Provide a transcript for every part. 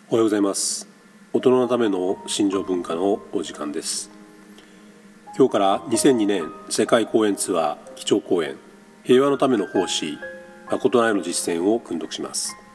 おはようございます。大人のための心情文化のお時間です。今日から2002年世界公演ツアー基調講演平和のための奉仕誠なへの実践を訓読します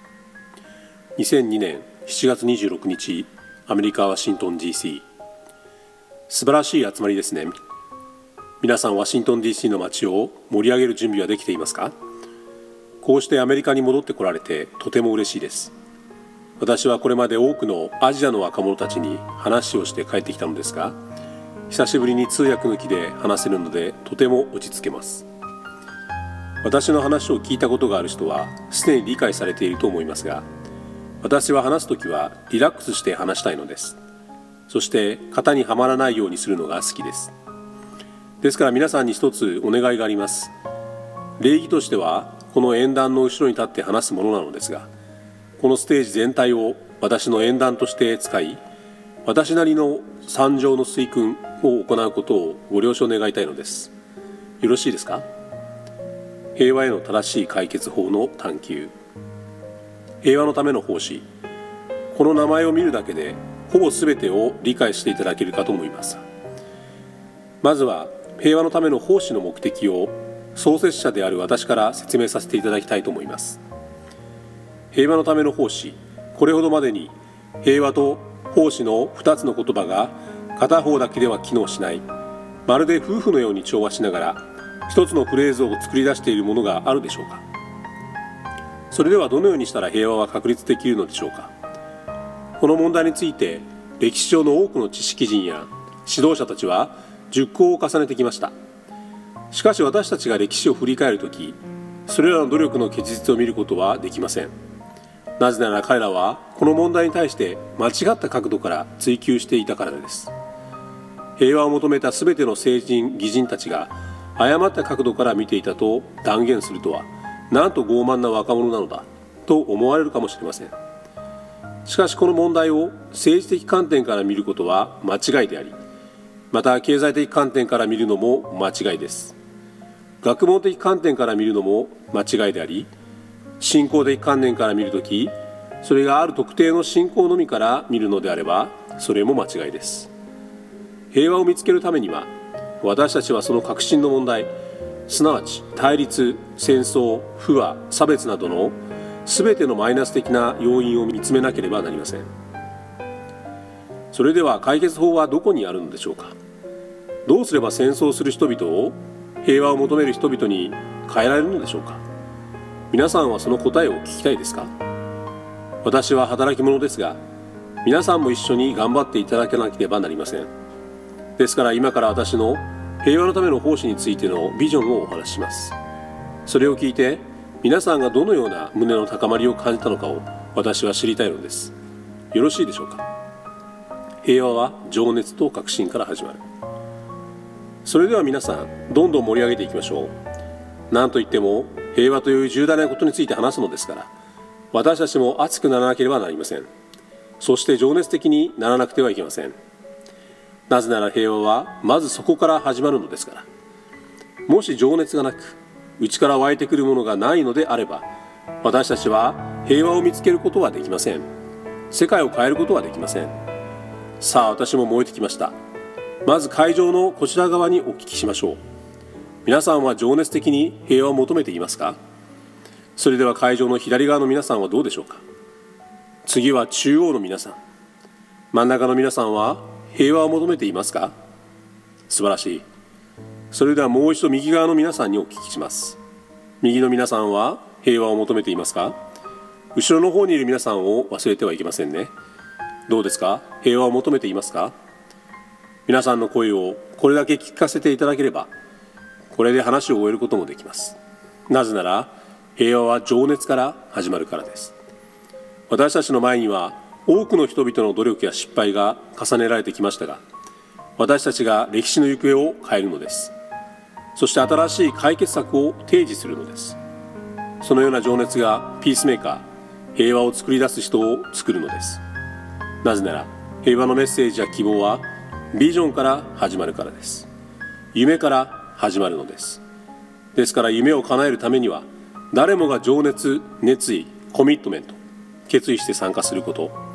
。2002年7月26日アメリカ・ワシントン DC。 素晴らしい集まりですね。皆さんワシントン DC の街を盛り上げる準備はできていますか？こうしてアメリカに戻ってこられてとても嬉しいです。私はこれまで多くのアジアの若者たちに話をして帰ってきたのですが、久しぶりに通訳抜きで話せるのでとても落ち着けます。私の話を聞いたことがある人はすでに理解されていると思いますが、私は話すときはリラックスして話したいのです。そして型にはまらないようにするのが好きです。ですから皆さんに一つお願いがあります。礼儀としてはこの演壇の後ろに立って話すものなのですが、このステージ全体を私の演壇として使い、私なりの惨状の推訓を行うことをご了承願いたいのです。よろしいですか？平和への正しい解決法の探求、平和のための奉仕。この名前を見るだけでほぼ全てを理解していただけるかと思います。まずは平和のための奉仕の目的を創設者である私から説明させていただきたいと思います。平和のための奉仕、これほどまでに平和と奉仕の2つの言葉が片方だけでは機能しない、まるで夫婦のように調和しながら一つのフレーズを作り出しているものがあるでしょうか。それではどのようにしたら平和は確立できるのでしょうか。この問題について歴史上の多くの知識人や指導者たちは熟考を重ねてきました。しかし私たちが歴史を振り返るとき、それらの努力の結実を見ることはできません。なぜなら彼らはこの問題に対して間違った角度から追求していたからです。平和を求めたすべての聖人義人たちが誤った角度から見ていたと断言するとは、なんと傲慢な若者なのだと思われるかもしれません。しかしこの問題を政治的観点から見ることは間違いであり、また経済的観点から見るのも間違いです。学問的観点から見るのも間違いであり、信仰的観念から見るとき、それがある特定の信仰のみから見るのであれば、それも間違いです。平和を見つけるためには、私たちはその核心の問題、すなわち対立、戦争、不和、差別などの全てのマイナス的な要因を見つめなければなりません。それでは解決法はどこにあるのでしょうか。どうすれば戦争する人々を平和を求める人々に変えられるのでしょうか。皆さんはその答えを聞きたいですか？私は働き者ですが、皆さんも一緒に頑張っていただけなければなりません。ですから今から私の平和のための奉仕についてのビジョンをお話しします。それを聞いて皆さんがどのような胸の高まりを感じたのかを私は知りたいのです。よろしいでしょうか。平和は情熱と革新から始まる。それでは皆さんどんどん盛り上げていきましょう。何といっても平和という重大なことについて話すのですから、私たちも熱くならなければなりません。そして情熱的にならなくてはいけません。なぜなら平和はまずそこから始まるのですから。もし情熱がなく、内から湧いてくるものがないのであれば、私たちは平和を見つけることはできません。世界を変えることはできません。さあ私も燃えてきました。まず会場のこちら側にお聞きしましょう。皆さんは情熱的に平和を求めていますか？それでは会場の左側の皆さんはどうでしょうか。次は中央の皆さん、真ん中の皆さんは平和を求めていますか？素晴らしい。それではもう一度右側の皆さんにお聞きします。右の皆さんは平和を求めていますか？後ろの方にいる皆さんを忘れてはいけませんね。どうですか？平和を求めていますか？皆さんの声をこれだけ聞かせていただければ、これで話を終えることもできます。なぜなら平和は情熱から始まるからです。私たちの前には多くの人々の努力や失敗が重ねられてきましたが、私たちが歴史の行方を変えるのです。そして新しい解決策を提示するのです。そのような情熱がピースメーカー、平和を作り出す人を作るのです。なぜなら平和のメッセージや希望はビジョンから始まるからです。夢から始まるのです。ですから夢を叶えるためには誰もが情熱、熱意、コミットメント、決意して参加すること、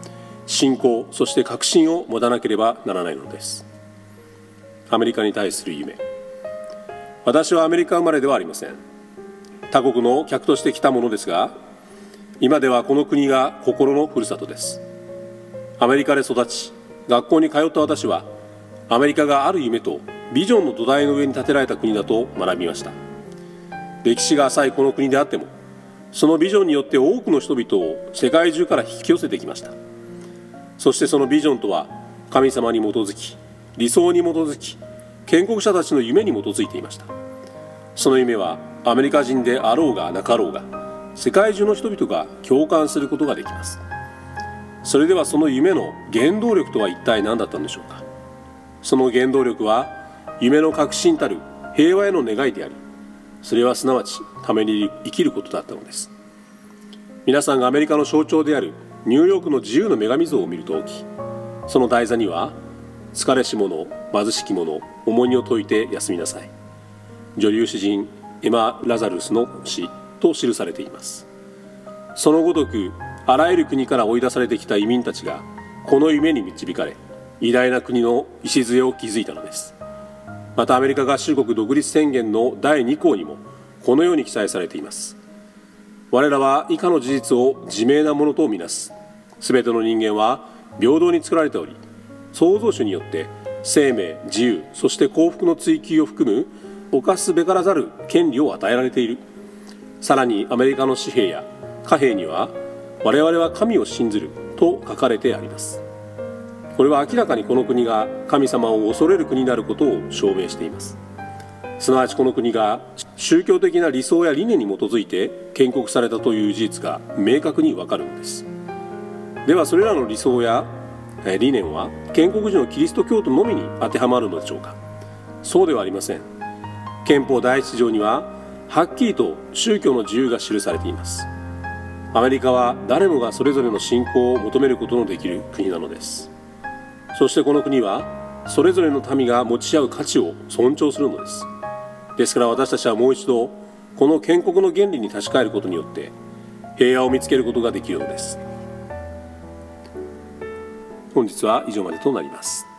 信仰、そして確信を持たなければならないのです。アメリカに対する夢。私はアメリカ生まれではありません。他国の客として来たものですが、今ではこの国が心のふるさとです。アメリカで育ち、学校に通った私は、アメリカがある夢とビジョンの土台の上に建てられた国だと学びました。歴史が浅いこの国であっても、そのビジョンによって多くの人々を世界中から引き寄せてきました。そしてそのビジョンとは、神様に基づき、理想に基づき、建国者たちの夢に基づいていました。その夢はアメリカ人であろうがなかろうが、世界中の人々が共感することができます。それではその夢の原動力とは一体何だったんでしょうか。その原動力は夢の確信たる平和への願いであり、それはすなわちために生きることだったのです。皆さんがアメリカの象徴であるニューヨークの自由の女神像を見るとき、その台座には、疲れし者、貧しき者、重荷を解いて休みなさい、女流詩人エマ・ラザルスの詩と記されています。そのごとく、あらゆる国から追い出されてきた移民たちがこの夢に導かれ、偉大な国の礎を築いたのです。またアメリカ合衆国独立宣言の第2項にもこのように記載されています。我らは以下の事実を自明なものとみなす。すべての人間は平等に作られており、創造主によって生命、自由、そして幸福の追求を含む犯すべからざる権利を与えられている。さらにアメリカの紙幣や貨幣には、我々は神を信ずると書かれてあります。これは明らかにこの国が神様を恐れる国であることを証明しています。すなわちこの国が宗教的な理想や理念に基づいて建国されたという事実が明確にわかるのです。ではそれらの理想や理念は建国時のキリスト教徒のみに当てはまるのでしょうか。そうではありません。憲法第一条にははっきりと宗教の自由が記されています。アメリカは誰もがそれぞれの信仰を求めることのできる国なのです。そしてこの国はそれぞれの民が持ち合う価値を尊重するのです。ですから私たちはもう一度この建国の原理に立ち返ることによって平和を見つけることができるのです。本日は以上までとなります。